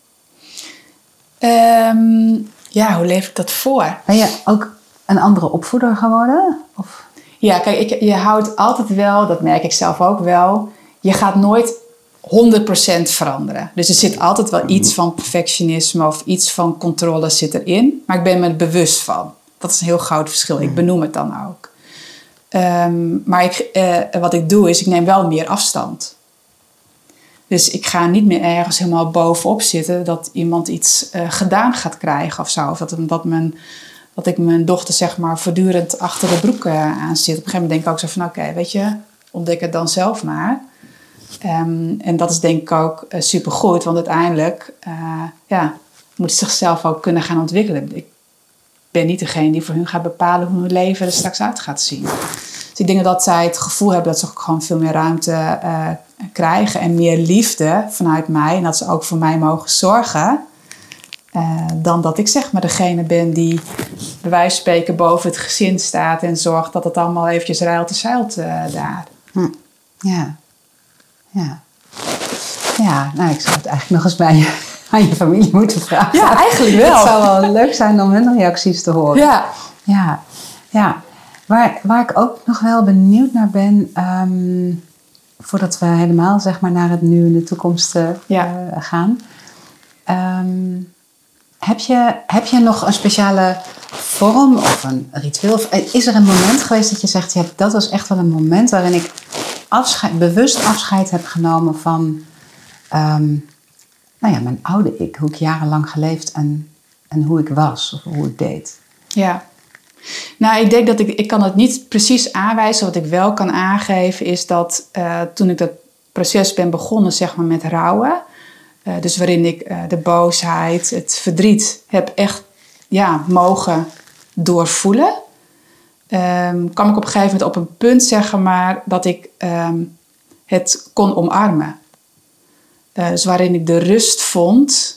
Hoe leef ik dat voor? Ben je ook een andere opvoeder geworden? Of? Ja, kijk, je houdt altijd wel, dat merk ik zelf ook wel. Je gaat nooit 100% veranderen. Dus er zit altijd wel iets van perfectionisme of iets van controle zit erin. Maar ik ben me er bewust van. Dat is een heel groot verschil. Ik benoem het dan ook. Maar wat ik doe is, ik neem wel meer afstand. Dus ik ga niet meer ergens helemaal bovenop zitten dat iemand iets gedaan gaat krijgen of zo. Of dat ik mijn dochter zeg maar voortdurend achter de broek aan zit. Op een gegeven moment denk ik ook zo van oké, weet je, ontdek het dan zelf maar. En dat is denk ik ook supergoed, want uiteindelijk moet ze zichzelf ook kunnen gaan ontwikkelen. Ik ben niet degene die voor hun gaat bepalen hoe hun leven er straks uit gaat zien. Dus ik denk dat zij het gevoel hebben dat ze ook gewoon veel meer ruimte krijgen en meer liefde vanuit mij. En dat ze ook voor mij mogen zorgen. Dan dat ik zeg maar degene ben die bij wijze van spreken boven het gezin staat en zorgt dat het allemaal eventjes ruilt en zeilt daar. Ja. Ja, nou ik zou het eigenlijk nog eens aan je familie moeten vragen. Ja, eigenlijk wel. Het zou wel leuk zijn om hun reacties te horen. Ja. Waar ik ook nog wel benieuwd naar ben, voordat we helemaal zeg maar naar het nu en de toekomst gaan. Heb je nog een speciale vorm of een ritueel? Of is er een moment geweest dat je zegt, ja, dat was echt wel een moment waarin ik bewust afscheid heb genomen van mijn oude ik, hoe ik jarenlang geleefd en hoe ik was of hoe ik deed? Ja. Nou, ik denk dat ik kan het niet precies aanwijzen. Wat ik wel kan aangeven is dat toen ik dat proces ben begonnen, zeg maar met rouwen. Dus waarin ik de boosheid, het verdriet heb echt mogen doorvoelen. Kwam ik op een gegeven moment op een punt, zeg maar, dat ik het kon omarmen. Dus waarin ik de rust vond.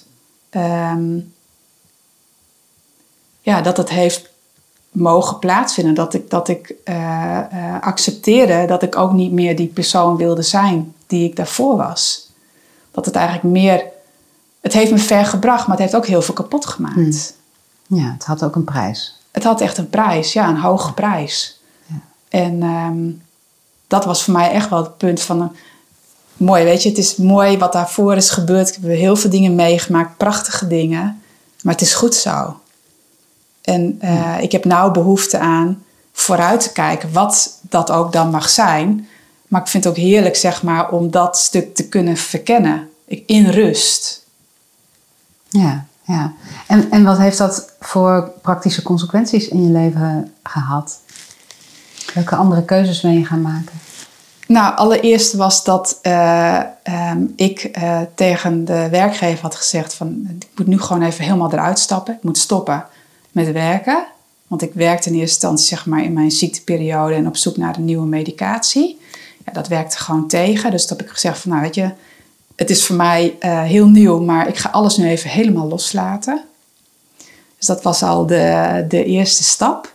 Dat het heeft mogen plaatsvinden. Dat ik accepteerde dat ik ook niet meer die persoon wilde zijn die ik daarvoor was. Dat het eigenlijk meer... Het heeft me ver gebracht, maar het heeft ook heel veel kapot gemaakt. Ja, het had ook een prijs. Het had echt een prijs, een hoge prijs. Ja. En dat was voor mij echt wel het punt van... mooi, weet je, het is mooi wat daarvoor is gebeurd. Ik heb heel veel dingen meegemaakt, prachtige dingen. Maar het is goed zo. En ik heb nou behoefte aan vooruit te kijken wat dat ook dan mag zijn. Maar ik vind het ook heerlijk, zeg maar, om dat stuk te kunnen verkennen. In rust. Ja. En wat heeft dat voor praktische consequenties in je leven gehad? Welke andere keuzes ben je gaan maken? Nou, allereerst was dat ik tegen de werkgever had gezegd van... ik moet nu gewoon even helemaal eruit stappen. Ik moet stoppen met werken. Want ik werkte in eerste instantie zeg maar, in mijn ziekteperiode en op zoek naar een nieuwe medicatie. Ja, dat werkte gewoon tegen. Dus dat heb ik gezegd van, nou weet je, het is voor mij heel nieuw, maar ik ga alles nu even helemaal loslaten. Dus dat was al de eerste stap.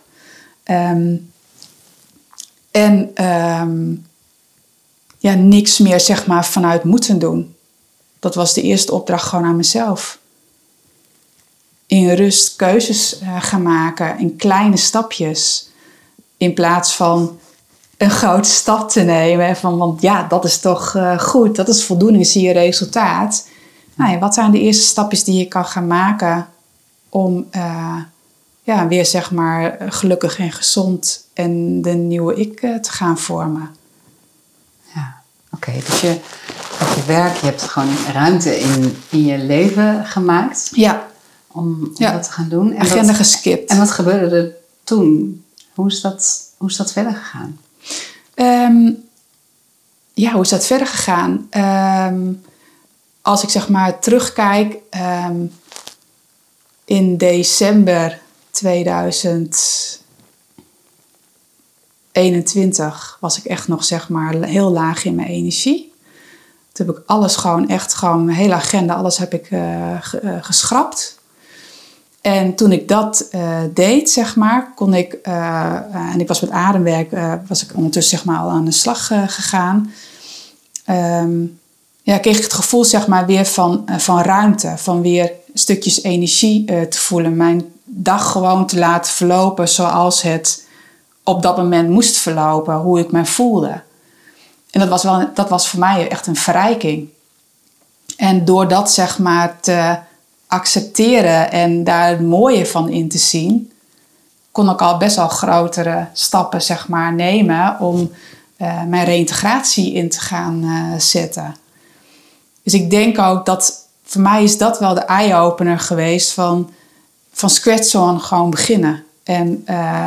Niks meer zeg maar vanuit moeten doen. Dat was de eerste opdracht gewoon aan mezelf. In rust keuzes gaan maken in kleine stapjes. In plaats van een grote stap te nemen. Want dat is toch goed. Dat is voldoening, zie je resultaat. Nou ja, wat zijn de eerste stapjes die je kan gaan maken... om weer zeg maar gelukkig en gezond... en de nieuwe ik te gaan vormen. Ja, oké. Dus je werk, je hebt gewoon ruimte in je leven gemaakt... Ja. Om dat te gaan doen. Agenda geskipt. En wat gebeurde er toen? Hoe is dat verder gegaan? Hoe is dat verder gegaan? Als ik zeg maar terugkijk... in december 2021 was ik echt nog zeg maar heel laag in mijn energie. Toen heb ik alles gewoon mijn hele agenda, alles heb ik geschrapt. En toen ik dat deed, zeg maar, kon ik... en ik was met ademwerk, was ik ondertussen zeg maar al aan de slag gegaan. Kreeg ik het gevoel zeg maar weer van ruimte. Van weer stukjes energie te voelen. Mijn dag gewoon te laten verlopen zoals het op dat moment moest verlopen. Hoe ik me voelde. En dat was voor mij echt een verrijking. En door dat zeg maar te accepteren en daar het mooie van in te zien, kon ik al best wel grotere stappen zeg maar nemen om mijn reïntegratie in te gaan zetten. Dus ik denk ook dat voor mij is dat wel de eye-opener geweest van scratch on gewoon beginnen. En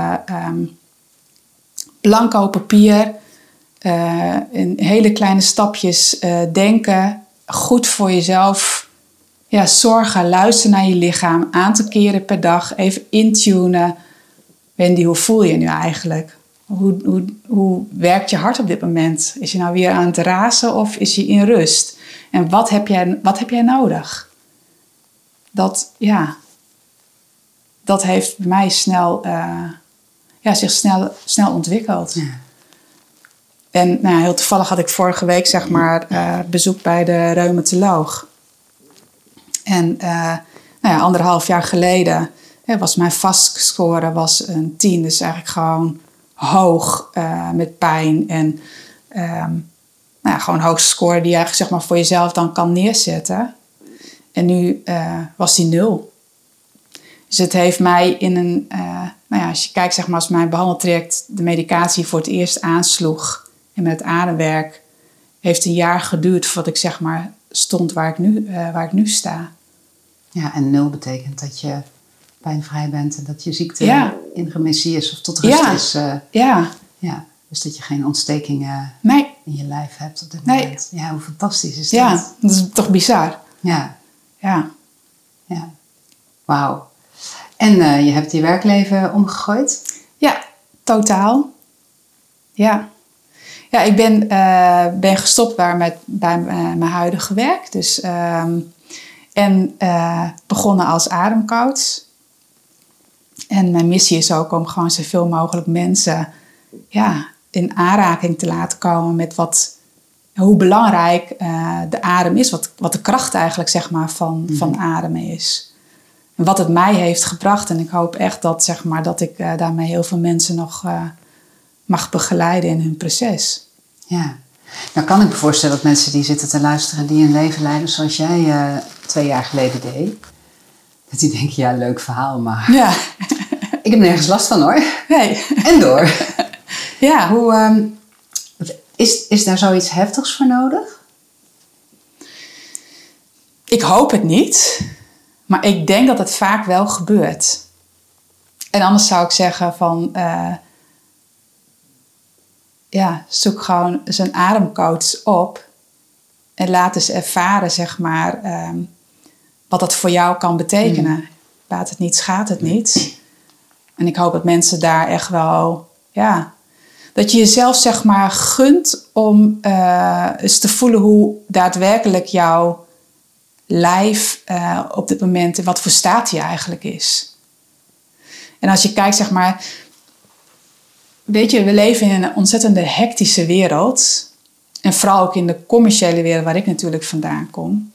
blanco papier, in hele kleine stapjes denken, goed voor jezelf zorgen, luisteren naar je lichaam, een aantal keren per dag even intunen. Wendy, hoe voel je nu eigenlijk? Hoe werkt je hart op dit moment? Is je nou weer aan het razen of is je in rust? En wat heb jij nodig? Dat heeft bij mij zich snel ontwikkeld. Ja. En heel toevallig had ik vorige week zeg maar bezoek bij de reumatoloog. En 1,5 jaar geleden was mijn FAST-score een 10. Dus eigenlijk gewoon hoog met pijn. En gewoon een hoogste score die je eigenlijk zeg maar voor jezelf dan kan neerzetten. En nu was die 0. Dus het heeft mij in een... als je kijkt zeg maar als mijn behandeltraject de medicatie voor het eerst aansloeg. En met het ademwerk heeft 1 jaar geduurd voordat ik zeg maar stond waar ik nu sta. Ja, en 0 betekent dat je pijnvrij bent en dat je ziekte in remissie is of tot rust is. Dus dat je geen ontstekingen in je lijf hebt op dit moment. Ja, hoe fantastisch is dat? Ja, dat is toch bizar. Ja. Ja. Wauw. En je hebt je werkleven omgegooid? Ja, totaal. Ja. Ja, ik ben gestopt bij mijn huidige werk. Dus, begonnen als ademcoach. En mijn missie is ook om gewoon zoveel mogelijk mensen in aanraking te laten komen met hoe belangrijk de adem is. Wat de kracht eigenlijk zeg maar van ademen is. En wat het mij heeft gebracht. En ik hoop echt dat ik daarmee heel veel mensen nog mag begeleiden in hun proces. Ja, nou kan ik me voorstellen dat mensen die zitten te luisteren, die een leven leiden zoals jij 2 jaar geleden deed. Dat die denken, ja, leuk verhaal, maar ik heb nergens last van hoor. Nee. En door. Ja, is daar zoiets heftigs voor nodig? Ik hoop het niet. Maar ik denk dat het vaak wel gebeurt. En anders zou ik zeggen van... zoek gewoon eens een ademcoach op. En laat eens ervaren, zeg maar... wat dat voor jou kan betekenen. Baat het niet, schaadt het niet. En ik hoop dat mensen daar echt wel... dat je jezelf, zeg maar, gunt om eens te voelen hoe daadwerkelijk jouw lijf op dit moment, wat voor staat die eigenlijk is. En als je kijkt, zeg maar, weet je, we leven in een ontzettende hectische wereld. En vooral ook in de commerciële wereld waar ik natuurlijk vandaan kom.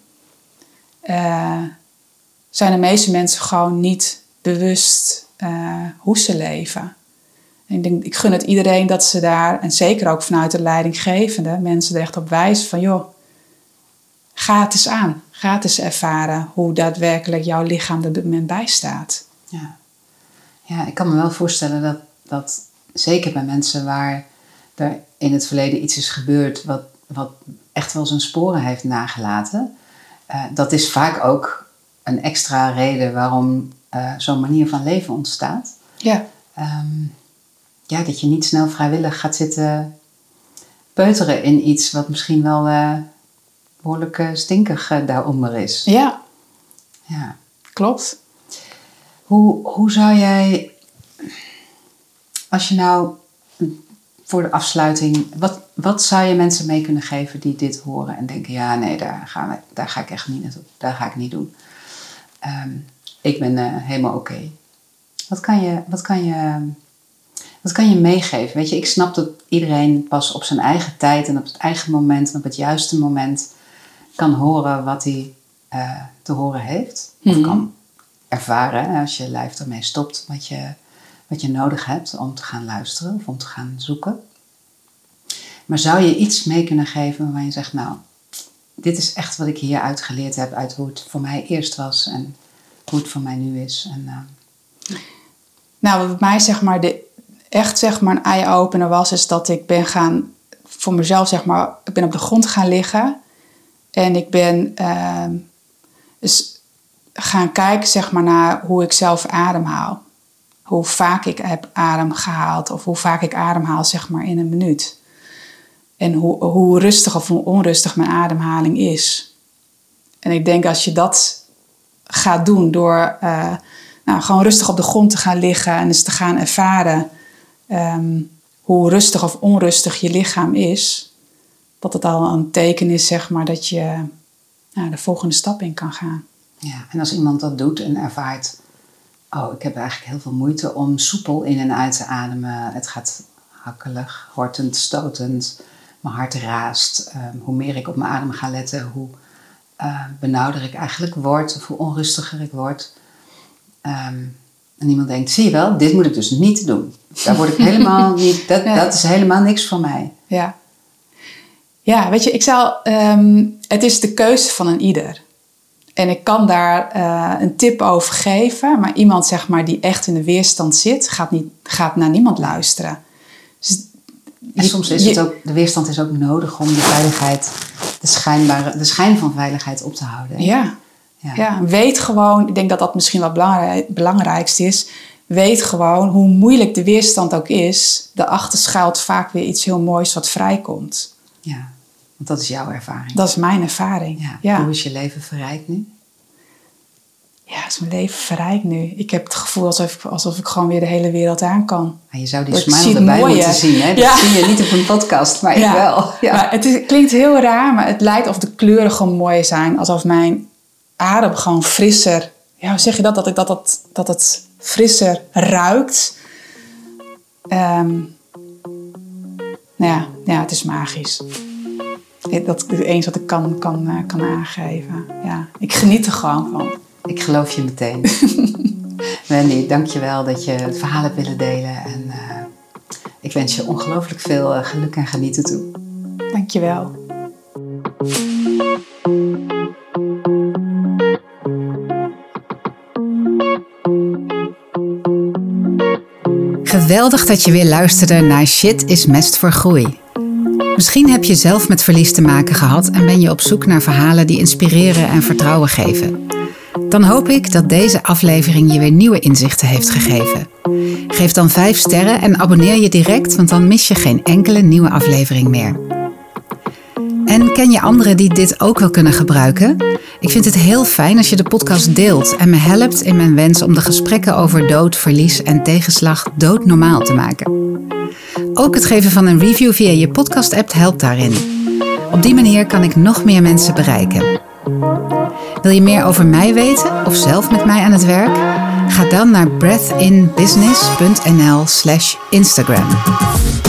Zijn de meeste mensen gewoon niet bewust hoe ze leven. En ik gun het iedereen dat ze daar, en zeker ook vanuit de leidinggevende, mensen er echt op wijzen van, joh, ga het eens aan. Ga het eens ervaren hoe daadwerkelijk jouw lichaam er op dit moment bij staat. Ja, ik kan me wel voorstellen dat zeker bij mensen waar er in het verleden iets is gebeurd wat echt wel zijn sporen heeft nagelaten. Dat is vaak ook een extra reden waarom zo'n manier van leven ontstaat. Ja. Dat je niet snel vrijwillig gaat zitten peuteren in iets wat misschien wel behoorlijk stinkig daaronder is. Ja. Ja. Klopt. Hoe zou jij, als je nou voor de afsluiting, wat zou je mensen mee kunnen geven die dit horen en denken, ja nee, daar ga ik echt niet naartoe, daar ga ik niet doen. Ik ben helemaal oké. Wat kan je meegeven? Weet je, ik snap dat iedereen pas op zijn eigen tijd en op het eigen moment en op het juiste moment kan horen wat hij te horen heeft. Of kan ervaren, als je lijf ermee stopt, wat je nodig hebt om te gaan luisteren of om te gaan zoeken. Maar zou je iets mee kunnen geven waarvan je zegt, nou, dit is echt wat ik hieruit geleerd heb. Uit hoe het voor mij eerst was en hoe het voor mij nu is. En, Nou, wat bij mij zeg maar een eye-opener was, is dat ik ben gaan, voor mezelf zeg maar, ik ben op de grond gaan liggen. En ik ben dus gaan kijken zeg maar naar hoe ik zelf ademhaal. Hoe vaak ik heb adem gehaald of hoe vaak ik ademhaal zeg maar in een minuut. En hoe rustig of hoe onrustig mijn ademhaling is. En ik denk als je dat gaat doen door gewoon rustig op de grond te gaan liggen en eens te gaan ervaren hoe rustig of onrustig je lichaam is, dat het al een teken is zeg maar dat je de volgende stap in kan gaan. Ja, en als iemand dat doet en ervaart, ik heb eigenlijk heel veel moeite om soepel in en uit te ademen. Het gaat hakkelig, hortend, stotend. Mijn hart raast. Hoe meer ik op mijn adem ga letten, hoe benauwder ik eigenlijk word. Of hoe onrustiger ik word. En iemand denkt, zie je wel, dit moet ik dus niet doen. Daar word ik helemaal niet, dat is helemaal niks voor mij. Ja, weet je, het is de keuze van een ieder. En ik kan daar een tip over geven. Maar iemand zeg maar, die echt in de weerstand zit, gaat naar niemand luisteren. Dus en soms is het ook, de weerstand is ook nodig om de veiligheid, de schijn van veiligheid op te houden. Ja, weet gewoon, ik denk dat dat misschien wat belangrijkste is. Weet gewoon hoe moeilijk de weerstand ook is. Daarachter schuilt vaak weer iets heel moois wat vrijkomt. Ja, want dat is jouw ervaring. Dat is mijn ervaring. Ja. Hoe is je leven verrijkt nu? Ja, is mijn leven verrijkt nu. Ik heb het gevoel alsof ik gewoon weer de hele wereld aan kan. Je zou die smile erbij moeten zien. Hè? Dat zie je niet op een podcast, maar ik wel. Ja. Maar het klinkt heel raar, maar het lijkt of de kleuren gewoon mooi zijn. Alsof mijn adem gewoon frisser... Ja, hoe zeg je dat? Dat het frisser ruikt. Het is magisch. Dat is het eens wat ik kan aangeven. Ja, ik geniet er gewoon van. Ik geloof je meteen. Wendy, dank je wel dat je het verhaal hebt willen delen. En ik wens je ongelooflijk veel geluk en genieten toe. Dank je wel. Geweldig dat je weer luisterde naar Shit is Mest voor Groei. Misschien heb je zelf met verlies te maken gehad en ben je op zoek naar verhalen die inspireren en vertrouwen geven. Dan hoop ik dat deze aflevering je weer nieuwe inzichten heeft gegeven. Geef dan 5 sterren en abonneer je direct, want dan mis je geen enkele nieuwe aflevering meer. En ken je anderen die dit ook wel kunnen gebruiken? Ik vind het heel fijn als je de podcast deelt en me helpt in mijn wens om de gesprekken over dood, verlies en tegenslag doodnormaal te maken. Ook het geven van een review via je podcast-app helpt daarin. Op die manier kan ik nog meer mensen bereiken. Wil je meer over mij weten of zelf met mij aan het werk? Ga dan naar breathinbusiness.nl/Instagram.